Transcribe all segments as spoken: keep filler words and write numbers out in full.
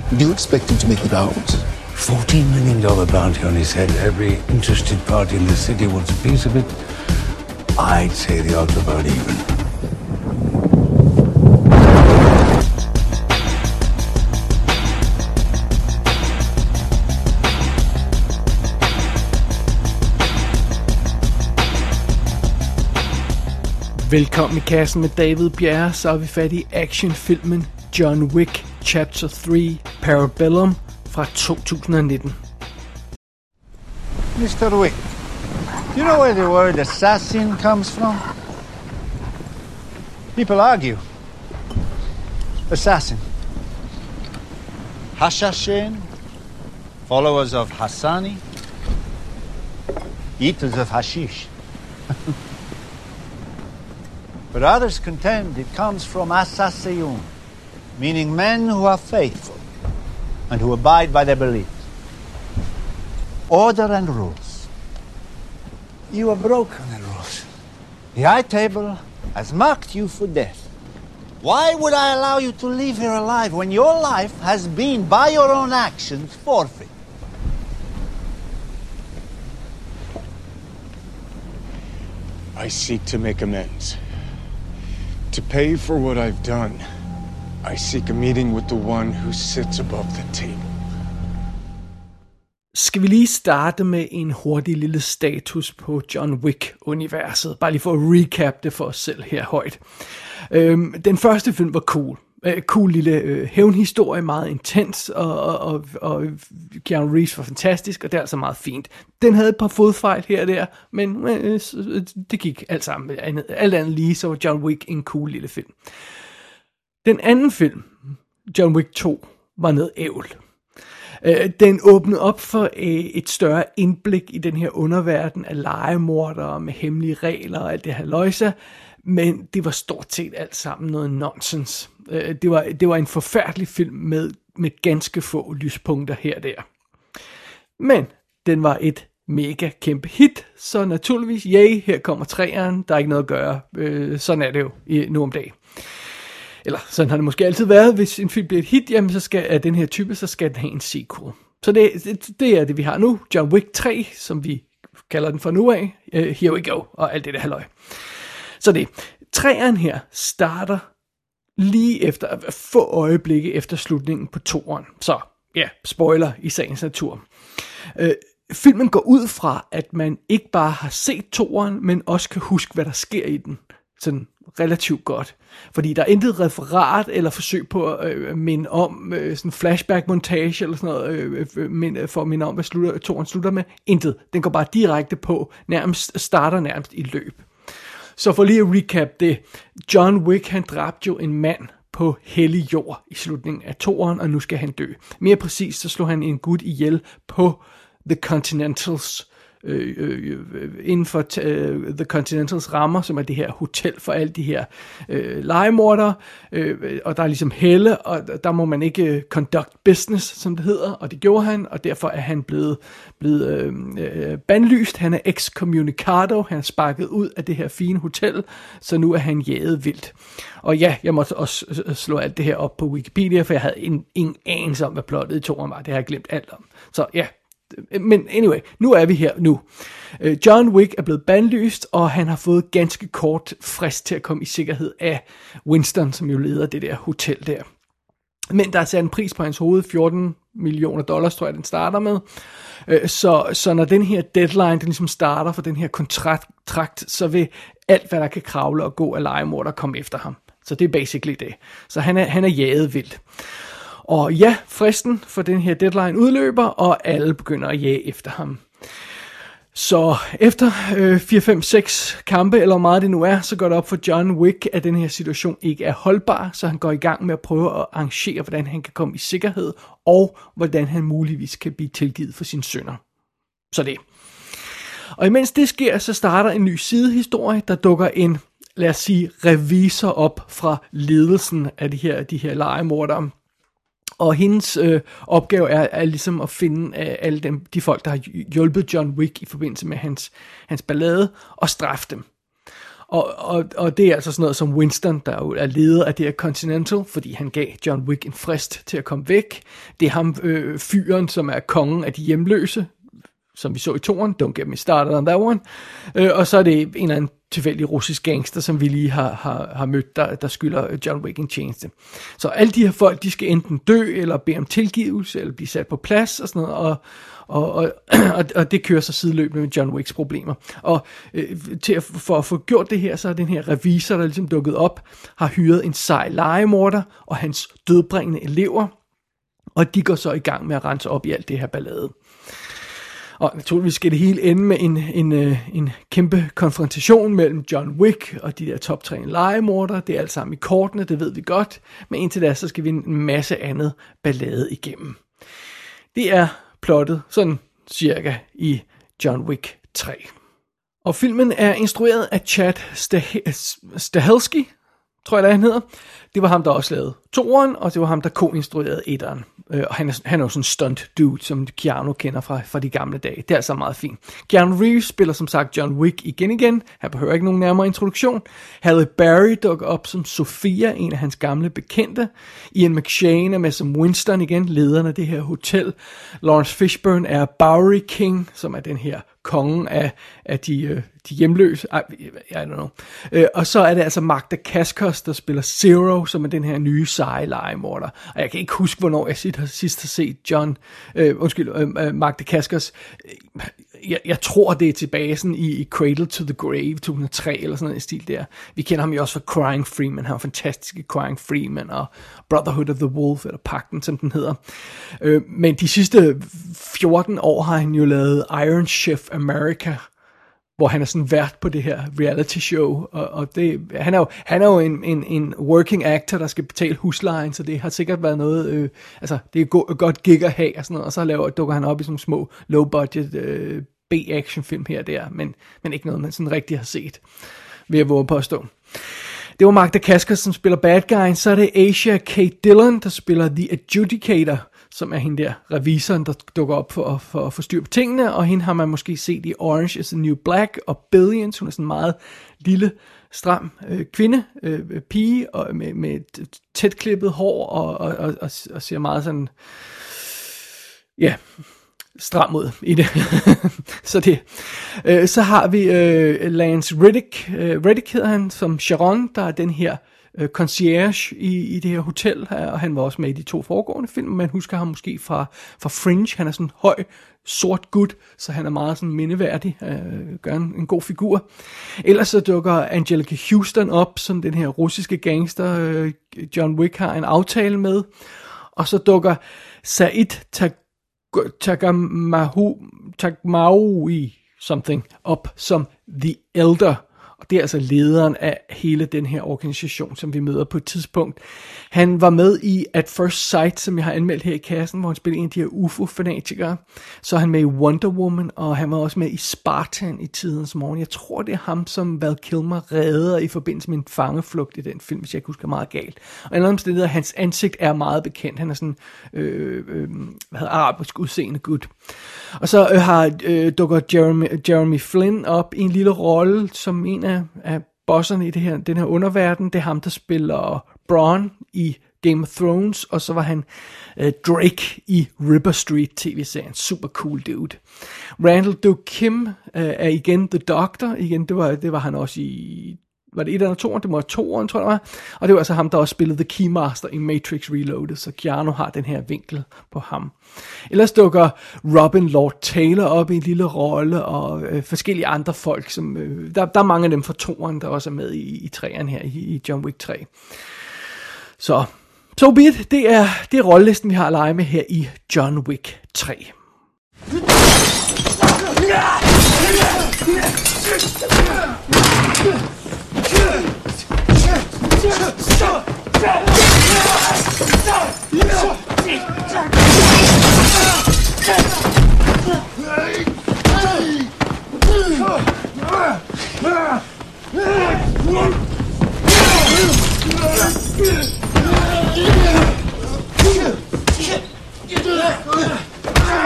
Do you expect him to make it out? fourteen million dollar bounty on his head. Every interested party in the city wants a piece of it. I'd say the odds are about even. Velkommen i kassen med David Bjerre, så er vi fat i actionfilmen John Wick Chapter tre Parabellum fra to tusind nitten. mister Wick, do you know where the word assassin comes from? People argue. Assassin. Hashashin, followers of Hassani, eaters of hashish. But others contend it comes from Asasiyun, meaning men who are faithful and who abide by their beliefs. Order and rules. You have broken the rules. The High Table has marked you for death. Why would I allow you to leave here alive when your life has been, by your own actions, forfeit? I seek to make amends. To pay for what I've done, I seek a meeting with the one who sits above the table. Skal vi lige starte med en hurtig lille status på John Wick-universet. Bare lige for at recap det for os selv her højt. Øhm, den første film var cool. Øh, cool lille øh, hævnhistorie, meget intens, og, og, og, og Keanu Reeves var fantastisk, og det er altså meget fint. Den havde et par fodfejl her og der, men øh, det gik alt sammen. Alt andet lige, så var John Wick en cool lille film. Den anden film, John Wick to, var noget ævl. Den åbnede op for et større indblik i den her underverden af legemordere med hemmelige regler og alt det her løjse, men det var stort set alt sammen noget nonsens. Det var, det var en forfærdelig film med, med ganske få lyspunkter her og der. Men den var et mega kæmpe hit, så naturligvis, yay, her kommer treeren, der er ikke noget at gøre. Sådan er det jo nu om dagen. Eller sådan har det måske altid været, hvis en film bliver et hit, jamen så skal af den her type, så skal den have en sequel. Så det, det, det er det, vi har nu. John Wick tre, som vi kalder den for nu af. Uh, here we go, og alt det der halløj. Så det, treeren her starter lige efter, få øjeblikke efter slutningen på toeren. Så ja, spoiler i sagens natur. Uh, filmen går ud fra, at man ikke bare har set toeren, men også kan huske, hvad der sker i den. Sådan relativt godt. Fordi der er intet referat eller forsøg på at øh, minde om øh, sådan flashback-montage eller sådan noget, øh, øh, mind, for at minde om, hvad slutter, toren slutter med. Intet. Den går bare direkte på, nærmest starter nærmest i løb. Så for lige at recap det. John Wick, han dræbte jo en mand på hellig jord i slutningen af toeren, og nu skal han dø. Mere præcis, så slog han en gut ihjel på The Continentals, Øh, øh, inden for øh, The Continentals rammer, som er det her hotel for alle de her øh, legemordere, øh, og der er ligesom helle, og der må man ikke øh, conduct business, som det hedder, og det gjorde han, og derfor er han blevet, blevet øh, øh, bandlyst. Han er excommunicado, han er sparket ud af det her fine hotel, så nu er han jaget vildt. Og ja, jeg måtte også slå alt det her op på Wikipedia, for jeg havde ingen, ingen anelse om, hvad plottet i toeren var. Det har jeg glemt alt om. Så ja, men anyway, nu er vi her nu. John Wick er blevet bandlyst, og han har fået ganske kort frist til at komme i sikkerhed af Winston, som jo leder det der hotel der. Men der er sat en pris på hans hoved, fjorten millioner dollars, tror jeg, den starter med. Så, så når den her deadline, den ligesom starter for den her kontrakt, så vil alt, hvad der kan kravle og gå af legemorder, komme efter ham. Så det er basically det. Så han er, han er jaget vildt. Og ja, fristen for den her deadline udløber, og alle begynder at jage efter ham. Så efter øh, fire, fem, seks kampe, eller hvor meget det nu er, så går det op for John Wick, at den her situation ikke er holdbar, så han går i gang med at prøve at arrangere, hvordan han kan komme i sikkerhed, og hvordan han muligvis kan blive tilgivet for sine synder. Så det. Og imens det sker, så starter en ny sidehistorie, der dukker en, lad os sige, revisor op fra ledelsen af de her, de her legemordere. Og hendes øh, opgave er, er ligesom at finde øh, alle dem, de folk, der har hjulpet John Wick i forbindelse med hans, hans ballade, og straffe dem. Og, og, og det er altså sådan noget som Winston, der jo er leder af det her Continental, fordi han gav John Wick en frist til at komme væk. Det er ham, øh, fyren, som er kongen af de hjemløse, som vi så i toren. Don't get me started on that one. Øh, og så er det en eller anden tilfældig russisk gangster, som vi lige har, har, har mødt, der, der skylder John Wick en tjeneste. Så alle de her folk, de skal enten dø, eller bede om tilgivelse, eller blive sat på plads, og sådan noget, og, og, og, og, og det kører så sideløbende med John Wicks problemer. Og øh, til at, for at få gjort det her, så er den her revisor, der ligesom dukket op, har hyret en sej legemorder, og hans dødbringende elever, og de går så i gang med at rense op i alt det her ballade. Og naturligvis skal det hele ende med en, en, en, en kæmpe konfrontation mellem John Wick og de der toptrænede legemordere. Det er alt sammen i kortene, det ved vi godt. Men indtil da, så skal vi en masse andet ballade igennem. Det er plottet sådan cirka i John Wick tre. Og filmen er instrueret af Chad Stahelski, tror jeg det han hedder. Det var ham, der også lavede toeren, og det var ham, der ko-instruerede etteren. Øh, og han er, han er jo sådan en stunt dude, som Keanu kender fra, fra de gamle dage. Det er altså meget fint. Keanu Reeves spiller som sagt John Wick igen igen. Han behøver ikke nogen nærmere introduktion. Halle Berry dukker op som Sofia, en af hans gamle bekendte. Ian McShane er med som Winston igen, lederen af det her hotel. Lawrence Fishburne er Bowery King, som er den her kongen af, af de, øh, de hjemløse. I, I don't know. Øh, og så er det altså Mark Dacascos, der spiller Zero, som er den her nye seje legemorder. Og jeg kan ikke huske, hvornår jeg sidst har, sidst har set John, øh, undskyld, øh, Mark Dacascos. Jeg, jeg tror, det er tilbage sådan i, i Cradle to the Grave to tusind og tre, eller sådan noget i stil der. Vi kender ham jo også fra Crying Freeman. Han er fantastiske Crying Freeman, og Brotherhood of the Wolf, eller Pagten, som den hedder. Øh, men de sidste fjorten år har han jo lavet Iron Chef America, hvor han er sådan vært på det her reality show, og, og det, han er jo, han er jo en, en, en working actor, der skal betale huslejen, så det har sikkert været noget, øh, altså det er go- godt gig at have, og sådan noget, og så laver, dukker han op i sådan små low-budget øh, B-action-film her og der, men, men ikke noget, man sådan rigtig har set, vil jeg våge påstå. Det var Mark Dacascos, som spiller bad guy, så er det Asia Kate Dillon, der spiller The Adjudicator, som er hende der revisoren, der dukker op for, for at få styr på tingene, og hende har man måske set i Orange is the New Black og Billions. Hun er sådan en meget lille, stram øh, kvinde, øh, pige, og med, med tæt klippet hår, og, og, og, og, og ser meget sådan, ja, stram ud i det. så det. Øh, så har vi øh, Lance Reddick, øh, Reddick hedder han, som Sharon, der er den her concierge i, i det her hotel, og han var også med i de to foregående film. Man husker ham måske fra, fra Fringe. Han er sådan en høj, sort gut, så han er meget sådan mindeværdig, øh, gør en, en god figur. Ellers så dukker Angelica Houston op, som den her russiske gangster, øh, John Wick har en aftale med. Og så dukker Said Taghmaoui something op som The Elder. Og det er altså lederen af hele den her organisation, som vi møder på et tidspunkt. Han var med i At First Sight, som jeg har anmeldt her i kassen, hvor han spillede en af de her U F O-fanatikere. Så er han med i Wonder Woman, og han var også med i Spartan i Tidens Morgen. Jeg tror, det er ham, som Val Kilmer redder i forbindelse med en fangeflugt i den film, hvis jeg ikke husker meget galt. Og en anden omstændighed, hans ansigt er meget bekendt. Han er sådan, øh, øh, hvad hedder, arabisk udseende gut. Og så øh, har øh, dukker Jeremy, Jeremy Flynn op i en lille rolle, som en af, af bosserne i det her, den her underverden. Det er ham, der spiller Bronn i Game of Thrones, og så var han øh, Drake i Ripper Street tv-serien. Super cool dude. Randall Do Kim øh, er igen The Doctor. Igen, det var, det var han også i... Var det et eller to? Det må være toeren, tror jeg det var. Og det var altså ham, der også spillede The Keymaster i Matrix Reloaded, så Keanu har den her vinkel på ham. Ellers dukker Robin Lord Taylor op i en lille rolle, og øh, forskellige andre folk, som øh, der, der er mange af dem fra toeren, der også er med i, i træerne her, i, i John Wick tre. Så, so be it. Det er, det er rollelisten, vi har at lege med her i John Wick tre.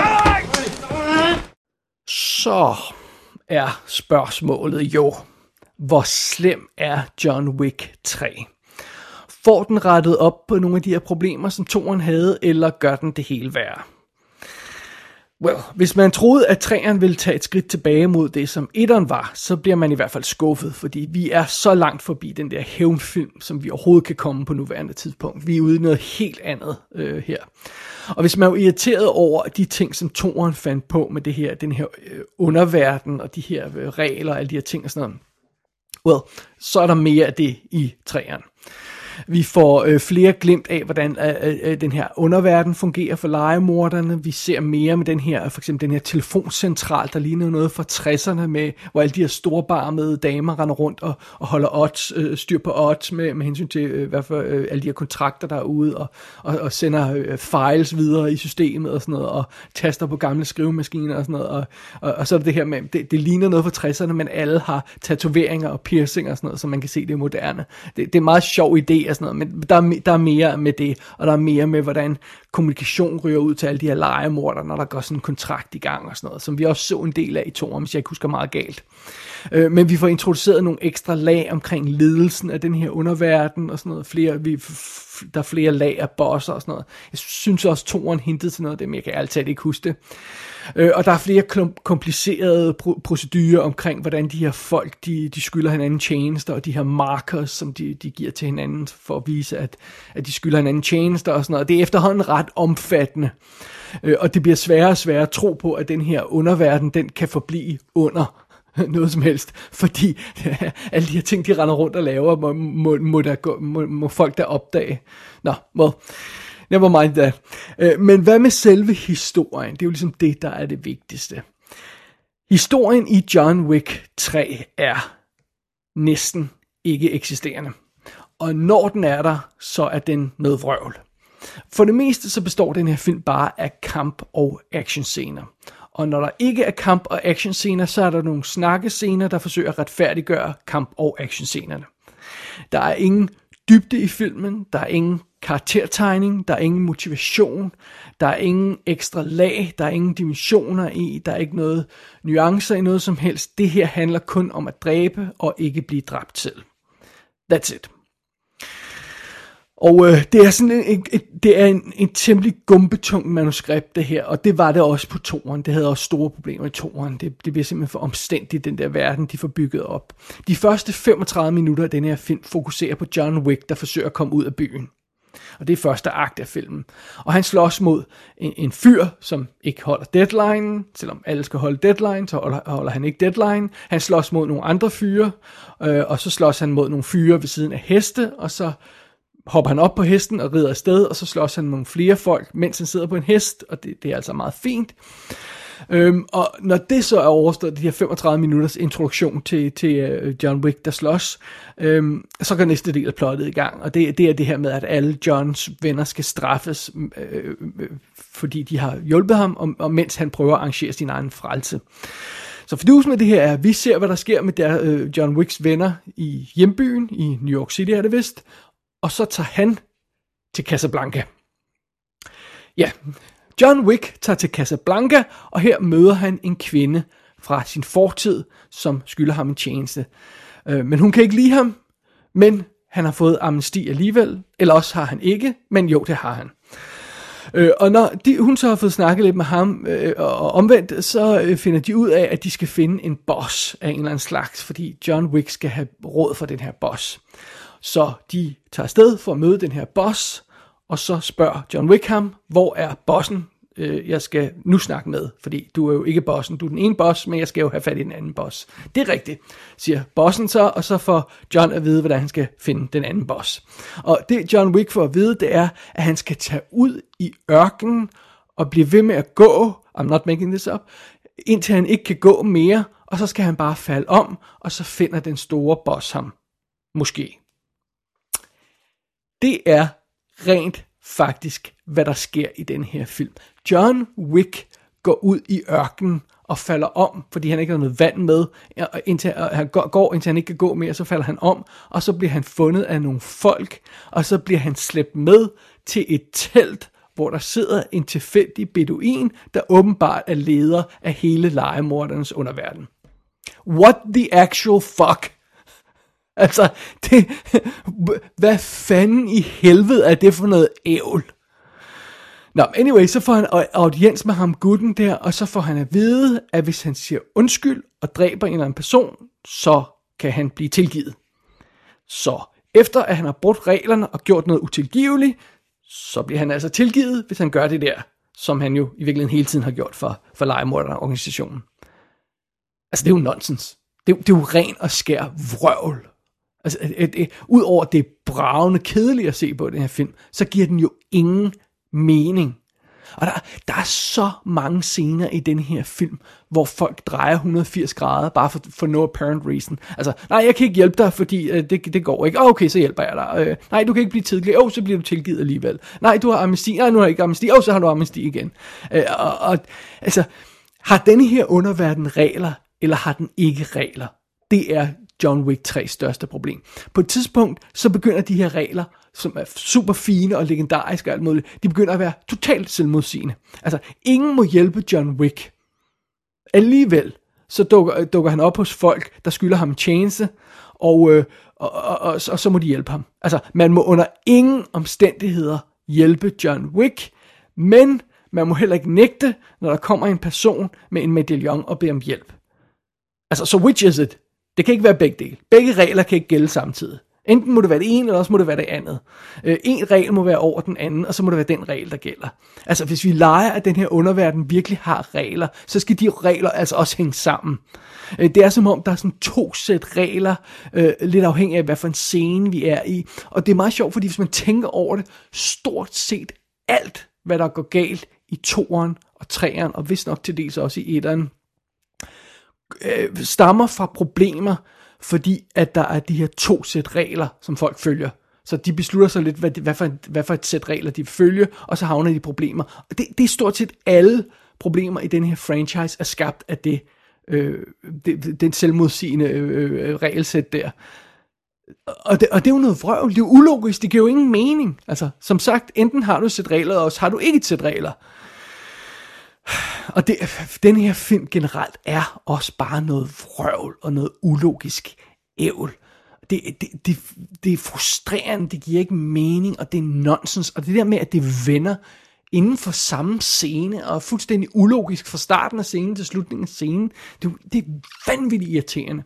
Så er spørgsmålet jo, hvor slem er John Wick tre? Får den rettet op på nogle af de her problemer, som toeren havde, eller gør den det hele værre? Well, hvis man troede, at treeren ville tage et skridt tilbage mod det, som etteren var, så bliver man i hvert fald skuffet, fordi vi er så langt forbi den der hævnfilm, som vi overhovedet kan komme på nuværende tidspunkt. Vi er ude i noget helt andet øh, her. Og hvis man er irriteret over de ting, som toeren fandt på med det her, den her øh, underverden og de her øh, regler og alle de her ting og sådan noget, well, så er der mere af det i treeren. Vi får øh, flere glimt af, hvordan øh, øh, den her underverden fungerer for legemorderne. Vi ser mere med den her, for eksempel den her telefoncentral, der ligner noget fra tresserne, med, hvor alle de her storbarmede damer render rundt og, og holder odds, øh, styr på odds med, med hensyn til øh, hvad for, øh, alle de her kontrakter, der er ude, og, og, og sender øh, files videre i systemet og sådan noget, og taster på gamle skrivemaskiner og sådan noget. Og, og, og så er det det her med, det, det ligner noget fra tresserne, men alle har tatoveringer og piercinger og sådan noget, så man kan se, det er moderne. Det, det er en meget sjov idé, og sådan noget, men der er, der er mere med det, og der er mere med, hvordan kommunikation ryger ud til alle de her legemorder, når der går sådan en kontrakt i gang og sådan noget, som vi også så en del af i toeren, hvis jeg ikke husker meget galt. Øh, men vi får introduceret nogle ekstra lag omkring ledelsen af den her underverden og sådan noget. Flere, vi, f- der er flere lag af bosser og sådan noget. Jeg synes også, toeren hintede til noget af det, men jeg kan altid ikke huske det. Øh, og der er flere komplicerede pro- procedurer omkring, hvordan de her folk, de, de skylder hinanden tjenester, og de her markers, som de, de giver til hinanden, for at vise, at, at de skylder hinanden tjenester og sådan noget. Det er efterhånden ret omfattende, øh, og det bliver sværere og sværere at tro på, at den her underverden, den kan forblive under noget som helst, fordi ja, alle de her ting, de render rundt og laver, må, må, må, der gå, må, må folk der opdage. Nå, well, never mind that. Øh, men hvad med selve historien? Det er jo ligesom det, der er det vigtigste. Historien i John Wick tre er næsten ikke eksisterende. Og når den er der, så er den noget vrøvl. For det meste så består den her film bare af kamp- og actionscener. Og når der ikke er kamp- og actionscener, så er der nogle snakkescener, der forsøger at retfærdiggøre kamp- og actionscenerne. Der er ingen dybde i filmen, der er ingen karaktertegning, der er ingen motivation, der er ingen ekstra lag, der er ingen dimensioner i, der er ikke noget nuancer i noget som helst. Det her handler kun om at dræbe og ikke blive dræbt selv. That's it. Og øh, det er sådan en, en, det er en, en temmelig gumbetung manuskript det her, og det var det også på toeren. Det havde også store problemer i toeren. Det, det bliver simpelthen for omstændigt, den der verden, de får bygget op. De første femogtredive minutter af den her film fokuserer på John Wick, der forsøger at komme ud af byen. Og det er første akt af filmen. Og han slås mod en, en fyr, som ikke holder deadline. Selvom alle skal holde deadline, så holder, holder han ikke deadline. Han slås mod nogle andre fyre, øh, og så slås han mod nogle fyre ved siden af heste, og så hopper han op på hesten og rider afsted, og så slås han med nogle flere folk, mens han sidder på en hest, og det, det er altså meget fint. Øhm, og når det så er overstået, de her femogtredive minutters introduktion til, til uh, John Wick, der slås, øhm, så går næste del af plottet i gang, og det, det er det her med, at alle Johns venner skal straffes, øh, øh, fordi de har hjulpet ham, og, og mens han prøver at arrangere sin egen frelse. Så fordusen med det her er, at vi ser, hvad der sker med der, øh, John Wicks venner i hjembyen, i New York City er det vist, og så tager han til Casablanca. Ja, John Wick tager til Casablanca, og her møder han en kvinde fra sin fortid, som skylder ham en tjeneste. Øh, men hun kan ikke lide ham, men han har fået amnesti alligevel, eller også har han ikke, men jo, det har han. Øh, og når de, hun så har fået snakket lidt med ham, øh, og omvendt, så øh, finder de ud af, at de skal finde en boss af en eller anden slags, fordi John Wick skal have råd for den her boss. Så de tager afsted for at møde den her boss, og så spørger John Wick ham, hvor er bossen, øh, jeg skal nu snakke med, fordi du er jo ikke bossen, du er den ene boss, men jeg skal jo have fat i den anden boss. Det er rigtigt, siger bossen så, og så får John at vide, hvordan han skal finde den anden boss. Og det John Wick får at vide, det er, at han skal tage ud i ørkenen og blive ved med at gå, I'm not making this up, indtil han ikke kan gå mere, og så skal han bare falde om, og så finder den store boss ham. Måske. Det er rent faktisk, hvad der sker i den her film. John Wick går ud i ørkenen og falder om, fordi han ikke har noget vand med, indtil han går, indtil han ikke kan gå mere, så falder han om, og så bliver han fundet af nogle folk, og så bliver han slæbt med til et telt, hvor der sidder en tilfældig beduin, der åbenbart er leder af hele legemordernes underverden. What the actual fuck? Altså, det, hvad fanden i helvede er det for noget ævl? Nå, anyway, så får han audiens med ham gutten der, og så får han at vide, at hvis han siger undskyld og dræber en eller anden person, så kan han blive tilgivet. Så efter at han har brudt reglerne og gjort noget utilgiveligt, så bliver han altså tilgivet, hvis han gør det der, som han jo i virkeligheden hele tiden har gjort for, for legemorderorganisationen. Altså, det er jo nonsens. Det, det er jo ren og skær vrøvl. Altså, et, et, et, udover det bravende kedelige at se på den her film, så giver den jo ingen mening. Og der, der er så mange scener i den her film, hvor folk drejer et hundrede og firs grader, bare for, for no apparent reason. Altså, nej, jeg kan ikke hjælpe dig, fordi øh, det, det går ikke. Oh, okay, så hjælper jeg dig. Øh, nej, du kan ikke blive tilgivet. Åh, oh, så bliver du tilgivet alligevel. Nej, du har amnesti. Nej, nu har jeg ikke amnesti. Åh, oh, så har du amnesti igen. Øh, og, og, altså, har denne her underverden regler, eller har den ikke regler? Det er John Wick tre's største problem. På et tidspunkt, så begynder de her regler, som er super fine og legendariske og alt muligt, de begynder at være totalt selvmodsigende. Altså, ingen må hjælpe John Wick. Alligevel, så dukker, dukker han op hos folk, der skylder ham en tjeneste, og, øh, og, og, og, og så må de hjælpe ham. Altså, man må under ingen omstændigheder hjælpe John Wick, men man må heller ikke nægte, når der kommer en person med en medaljon og beder om hjælp. Altså, så which is it? Det kan ikke være begge dele. Begge regler kan ikke gælde samtidig. Enten må det være det ene, eller også må det være det andet. Øh, en regel må være over den anden, og så må det være den regel, der gælder. Altså, hvis vi leger, at den her underverden virkelig har regler, så skal de regler altså også hænge sammen. Øh, det er som om, der er sådan to sæt regler, øh, lidt afhængig af, hvad for en scene vi er i. Og det er meget sjovt, fordi hvis man tænker over det, stort set alt, hvad der går galt i toeren og treeren, og vist nok til dels også i etteren, øh, stammer fra problemer, fordi at der er de her to sæt regler, som folk følger. Så de beslutter sig lidt, hvad, hvad, for, hvad for et sæt regler de følger, og så havner de i problemer. Og det, det er stort set alle problemer i den her franchise er skabt af det, øh, det den selvmodsigende øh, regelsæt der. Og det, og det er jo noget vrøvl, det er jo ulogisk, det giver jo ingen mening. Altså, som sagt, enten har du et sæt regler, og så har du ikke et sæt regler. Og det, den her film generelt er også bare noget vrøvl og noget ulogisk ævl. Det, det, det, det er frustrerende, det giver ikke mening, og det er nonsens. Og det der med, at det vender inden for samme scene, og er fuldstændig ulogisk fra starten af scenen til slutningen af scenen, det, det er vanvittigt irriterende.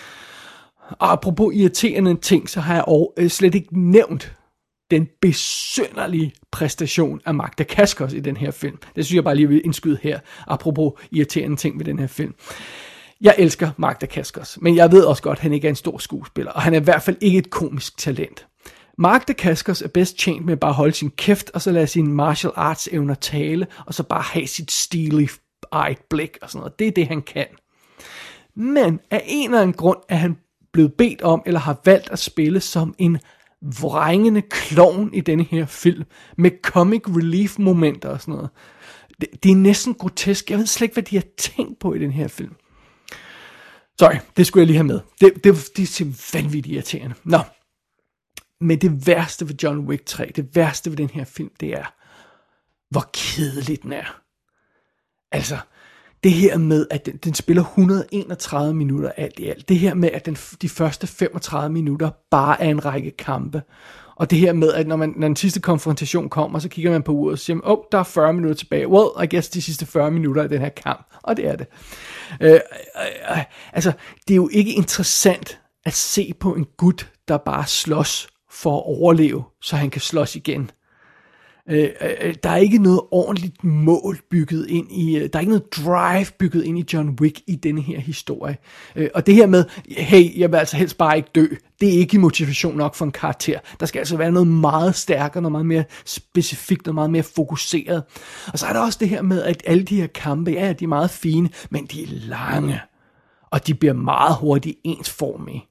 Og apropos irriterende ting, så har jeg over, øh, slet ikke nævnt den besynderlige præstation af Mark Dacascos i den her film. Det synes jeg bare lige vil indskyde her, apropos irriterende ting ved den her film. Jeg elsker Mark Dacascos, men jeg ved også godt, at han ikke er en stor skuespiller, og han er i hvert fald ikke et komisk talent. Mark Dacascos er bedst tjent med bare at holde sin kæft, og så lade sine martial arts evner tale, og så bare have sit steely-eyed blik og sådan noget. Det er det, han kan. Men af en eller anden grund er han blevet bedt om, eller har valgt at spille som en vrængende klovn i denne her film, med comic relief momenter og sådan noget. Det, det er næsten grotesk. Jeg ved slet ikke, hvad de har tænkt på i den her film. Sorry, det skulle jeg lige have med. Det, det, det er simpelthen vanvittigt irriterende. Nå, men det værste ved John Wick tre, det værste ved den her film, det er, hvor kedelig den er. Altså, det her med, at den, den spiller et hundrede og enogtredive minutter alt i alt. Det her med, at den, de første femogtredive minutter bare er en række kampe. Og det her med, at når, man, når den sidste konfrontation kommer, så kigger man på uret og siger, åh, oh, der er fyrre minutter tilbage. Well, I guess de sidste fyrre minutter af den her kamp. Og det er det. Øh, øh, øh, altså, det er jo ikke interessant at se på en gut, der bare slås for at overleve, så han kan slås igen. Øh, øh, der er ikke noget ordentligt mål bygget ind i, øh, der er ikke noget drive bygget ind i John Wick i denne her historie. Øh, og det her med, hey, jeg vil altså helst bare ikke dø, det er ikke motivation nok for en karakter. Der skal altså være noget meget stærkere, noget meget mere specifikt, noget meget mere fokuseret. Og så er der også det her med, at alle de her kampe, ja, de er meget fine, men de er lange, og de bliver meget hurtigt ensformige.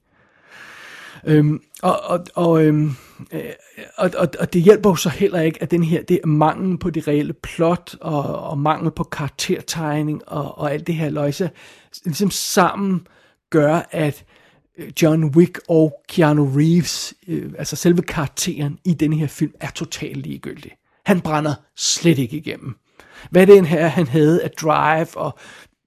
Øhm, og, og, og, øhm, øh, og, og, og det hjælper jo så heller ikke, at den her, det er mangel på det reelle plot, og, og mangel på karaktertegning, og, og alt det her løjse, ligesom sammen gør, at John Wick og Keanu Reeves, øh, altså selve karakteren i denne her film, er totalt ligegyldig. Han brænder slet ikke igennem. Hvad det end her, han havde af drive og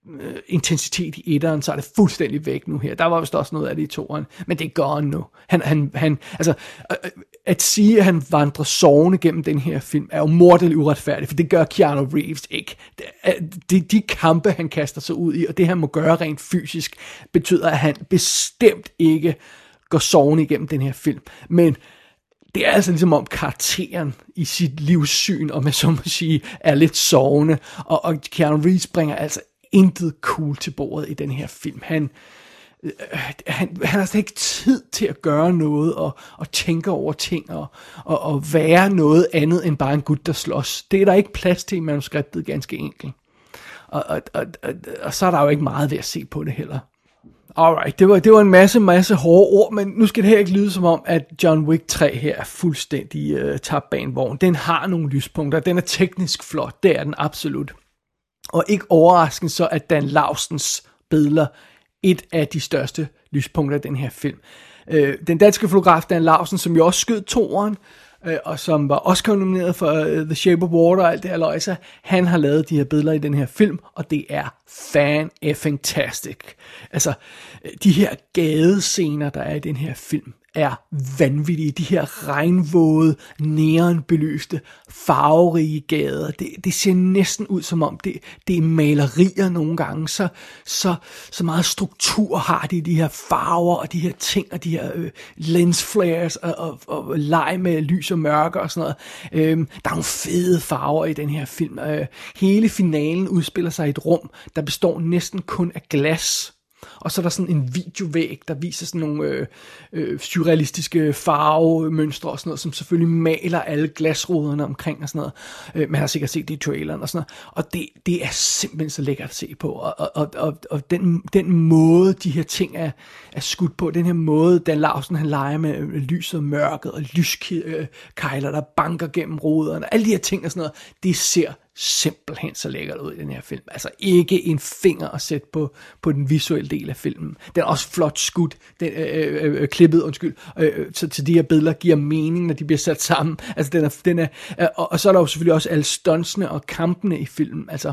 øh, intensitet i etteren, så er det fuldstændig væk nu her. Der var vist også noget af det i toeren, men det er gone nu. Han, han, han, altså, øh, at sige, at han vandrer sovende gennem den her film, er jo morderligt uretfærdigt, for det gør Keanu Reeves ikke. De, de kampe, han kaster sig ud i, og det han må gøre rent fysisk, betyder, at han bestemt ikke går sovende igennem den her film. Men det er altså ligesom om karakteren i sit livssyn, og man så må sige, er lidt sovende. Og, og Keanu Reeves bringer altså intet cool til bordet i den her film. Han, øh, han, han har slet ikke tid til at gøre noget, og, og tænke over ting, og, og, og være noget andet end bare en gut, der slås. Det er der ikke plads til i manuskriptet, ganske enkelt. Og, og, og, og, og så er der jo ikke meget ved at se på det heller. Alright, det var, det var en masse, masse hårde ord, men nu skal det her ikke lyde som om, at John Wick tre her er fuldstændig uh, tabt bag en vogn. Den har nogle lyspunkter, den er teknisk flot, det er den absolut. Og ikke overraskende så, at Dan Laustens billeder et af de største lyspunkter i den her film. Uh, den danske fotograf Dan Lausten, som jo også skød toeren, uh, og som var Oscar nomineret for uh, The Shape of Water og alt det her løjse, han har lavet de her billeder i den her film, og det er fan-effing-tastic. Altså, de her gadescener, der er i den her film, er vanvittige. De her regnvåde, neonbelyste, farverige gader. Det, det ser næsten ud som om, det, det er malerier nogle gange. Så, så, så meget struktur har de, de her farver og de her ting, og de her øh, lens flares og, og, og leg med lys og mørke og sådan noget. Øhm, der er nogle fede farver i den her film. Øh, hele finalen udspiller sig i et rum, der består næsten kun af glas. Og så er der sådan en videovæg, der viser sådan nogle øh, øh, surrealistiske farvemønstre og sådan noget, som selvfølgelig maler alle glasruderne omkring og sådan noget. Øh, man har sikkert set det i traileren og sådan noget. Og det, det er simpelthen så lækkert at se på. Og, og, og, og den, den måde, de her ting er, er skudt på, den her måde, Dan Lausten han leger med lys og mørket og lyskejler, der banker gennem ruderne, alle de her ting og sådan noget, det ser simpelthen så lækkert ud i den her film. Altså ikke en finger at sætte på, på den visuelle del af filmen. Den er også flot skudt, den, øh, øh, klippet, undskyld, øh, så til de her billeder giver mening, når de bliver sat sammen. Altså den er, den er, øh, og, og så er der jo selvfølgelig også alle stuntsene og kampene i filmen. Altså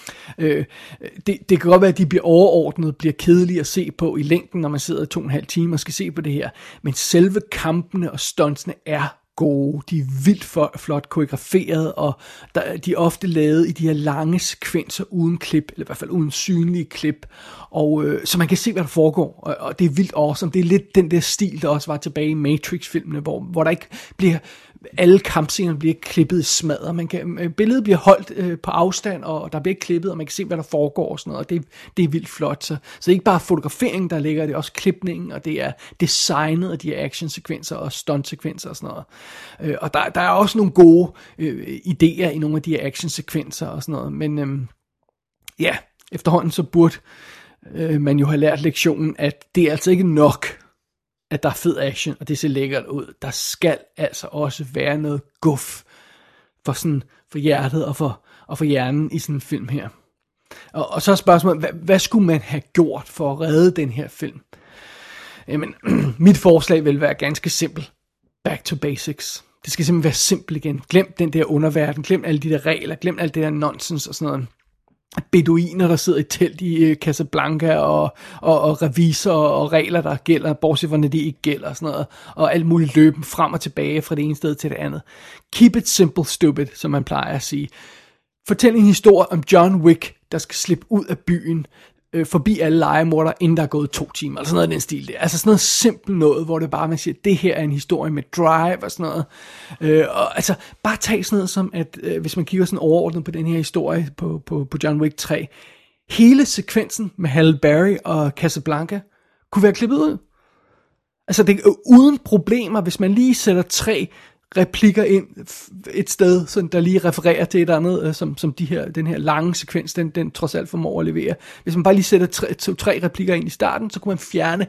øh, det, det kan godt være, at de bliver overordnet, bliver kedelige at se på i længden, når man sidder to og en halv time og skal se på det her. Men selve kampene og stuntsene er gode, de er vildt for, flot koreograferet, og der, de er ofte lavet i de her lange sekvenser uden klip, eller i hvert fald uden synlige klip, og øh, så man kan se, hvad der foregår, og, og det er vildt awesome. Det er lidt den der stil, der også var tilbage i Matrix-filmene, hvor, hvor der ikke bliver, alle kampscenerne bliver klippet i smadret. Man kan, billedet bliver holdt øh, på afstand, og der bliver ikke klippet, og man kan se, hvad der foregår og sådan noget, og det, det er vildt flot. Så, så det er ikke bare fotograferingen, der ligger, det er også klipningen, og det er designet af de her actionsekvenser og stuntsekvenser og sådan noget. Øh, og der, der er også nogle gode øh, idéer i nogle af de her actionsekvenser og sådan noget, men øh, ja, efterhånden så burde øh, man jo have lært lektionen, at det er altså ikke nok, at der er fed action, og det ser lækkert ud. Der skal altså også være noget guf for, sådan, for hjertet og for, og for hjernen i sådan en film her. Og, og så er spørgsmålet, hvad, hvad skulle man have gjort for at redde den her film? Jamen, mit forslag vil være ganske simpelt. Back to basics. Det skal simpelthen være simpelt igen. Glem den der underverden, glem alle de der regler, glem alt det der nonsens og sådan noget. Beduiner, der sidder i telt i Casablanca, og, og, og revisorer og regler, der gælder, bortset fra, når de ikke gælder, og sådan noget, og alt muligt løben frem og tilbage fra det ene sted til det andet. Keep it simple, stupid, som man plejer at sige. Fortæl en historie om John Wick, der skal slippe ud af byen, øh, forbi alle legemordere, inden der er gået to timer, eller sådan noget i den stil der. Altså sådan noget simpelt noget, hvor det bare, man siger, det her er en historie med drive og sådan noget. Øh, og altså, bare tag sådan noget som, at øh, hvis man kigger sådan overordnet på den her historie på, på, på John Wick tre, hele sekvensen med Halle Berry og Casablanca kunne være klippet ud. Altså, det er uden problemer, hvis man lige sætter tre replikker ind et sted, så der lige refererer til et eller andet, som, som de her, den her lange sekvens, den, den trods alt formår at levere. Hvis man bare lige sætter tre, to, tre replikker ind i starten, så kunne man fjerne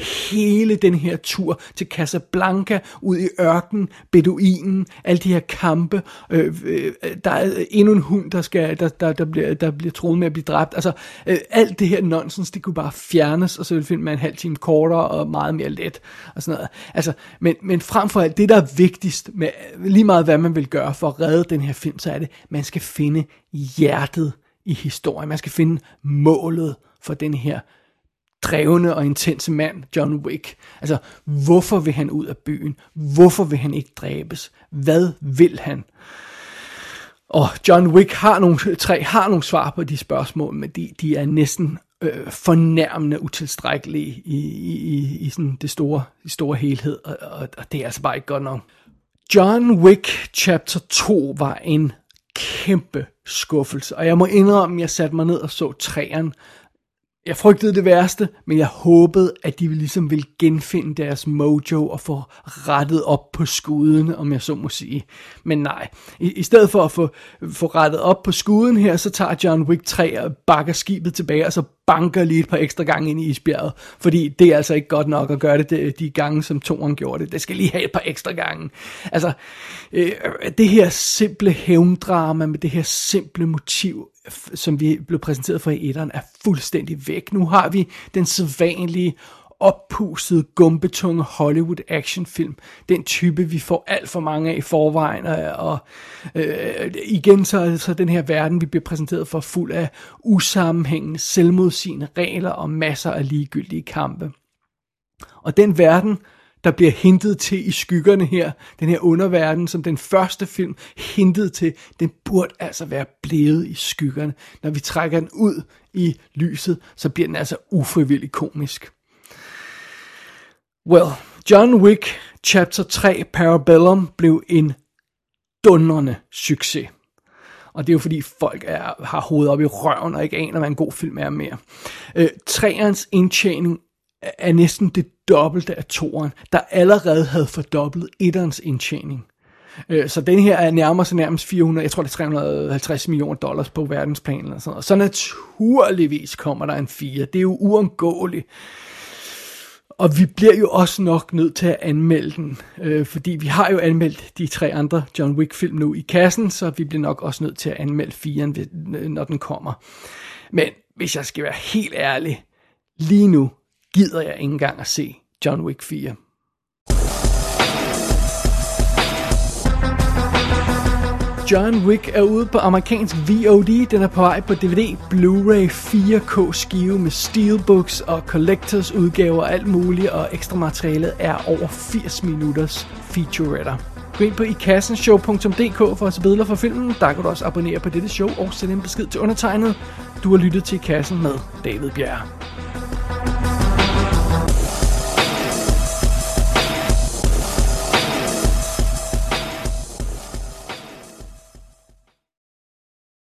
hele den her tur til Casablanca, ud i ørkenen, beduinen, alle de her kampe, øh, øh, der er endnu en hund, der, skal, der, der, der, bliver, der bliver troet med at blive dræbt. Altså, øh, alt det her nonsens, det kunne bare fjernes, og så ville filmen være en halv time kortere og meget mere let, og sådan noget. Altså, men, men frem for alt, det der er vigtigst, med lige meget hvad man vil gøre for at redde den her film, så er det, man skal finde hjertet i historien. Man skal finde målet for den her drevne og intense mand, John Wick. Altså, hvorfor vil han ud af byen? Hvorfor vil han ikke dræbes? Hvad vil han? Og John Wick har nogle, tre har nogle svar på de spørgsmål, men de, de er næsten øh, fornærmende utilstrækkelige i, i, i, i sådan det store, det store helhed, og, og, og det er altså bare ikke godt nok. John Wick Chapter to var en kæmpe skuffelse, og jeg må indrømme, at jeg satte mig ned og så træeren. Jeg frygtede det værste, men jeg håbede, at de ligesom ville genfinde deres mojo og få rettet op på skuden, om jeg så må sige. Men nej, i, i stedet for at få, få rettet op på skuden her, så tager John Wick tre og bakker skibet tilbage, og så banker lige et par ekstra gange ind i isbjerget. Fordi det er altså ikke godt nok at gøre det de, de gange, som toeren gjorde det. Det skal lige have et par ekstra gange. Altså, øh, det her simple hævndrama med det her simple motiv, som vi blev præsenteret for i etteren, er fuldstændig væk. Nu har vi den sædvanlige, oppustede, gumbetunge Hollywood actionfilm. Den type, vi får alt for mange af i forvejen. Og øh, igen så, så den her verden, vi bliver præsenteret for, fuld af usammenhængende, selvmodsigende regler og masser af ligegyldige kampe. Og den verden, der bliver hintet til i skyggerne her, den her underverden, som den første film hintede til, den burde altså være blevet i skyggerne. Når vi trækker den ud i lyset, så bliver den altså ufrivilligt komisk. Well, John Wick Chapter tre Parabellum blev en dundrende succes. Og det er jo fordi folk er, har hovedet op i røven og ikke aner, hvad en god film er mere. Øh, treernes indtjening er næsten det dobbelte af toeren, der allerede havde fordoblet etterens indtjening. Så den her er nærmere så nærmest fire hundrede, jeg tror det er tre hundrede og halvtreds millioner dollars på verdensplan eller sådan noget. Så naturligvis kommer der en fire. Det er jo uundgåeligt. Og vi bliver jo også nok nødt til at anmelde den, øh, fordi vi har jo anmeldt de tre andre John Wick film nu i kassen, så vi bliver nok også nødt til at anmelde firen, når den kommer. Men hvis jeg skal være helt ærlig, lige nu gider jeg ikke engang at se John Wick fire. John Wick er ude på amerikansk V O D. Den er på vej på D V D, Blu-ray, fire K skive med steelbooks og collectors udgaver og alt muligt, og ekstra materialet er over firs minutters featuretter. Gå ind på i kassen show punktum d k for at se billeder fra filmen. Der kan du også abonnere på dette show og sende en besked til undertegnet. Du har lyttet til I Kassen med David Bjerre.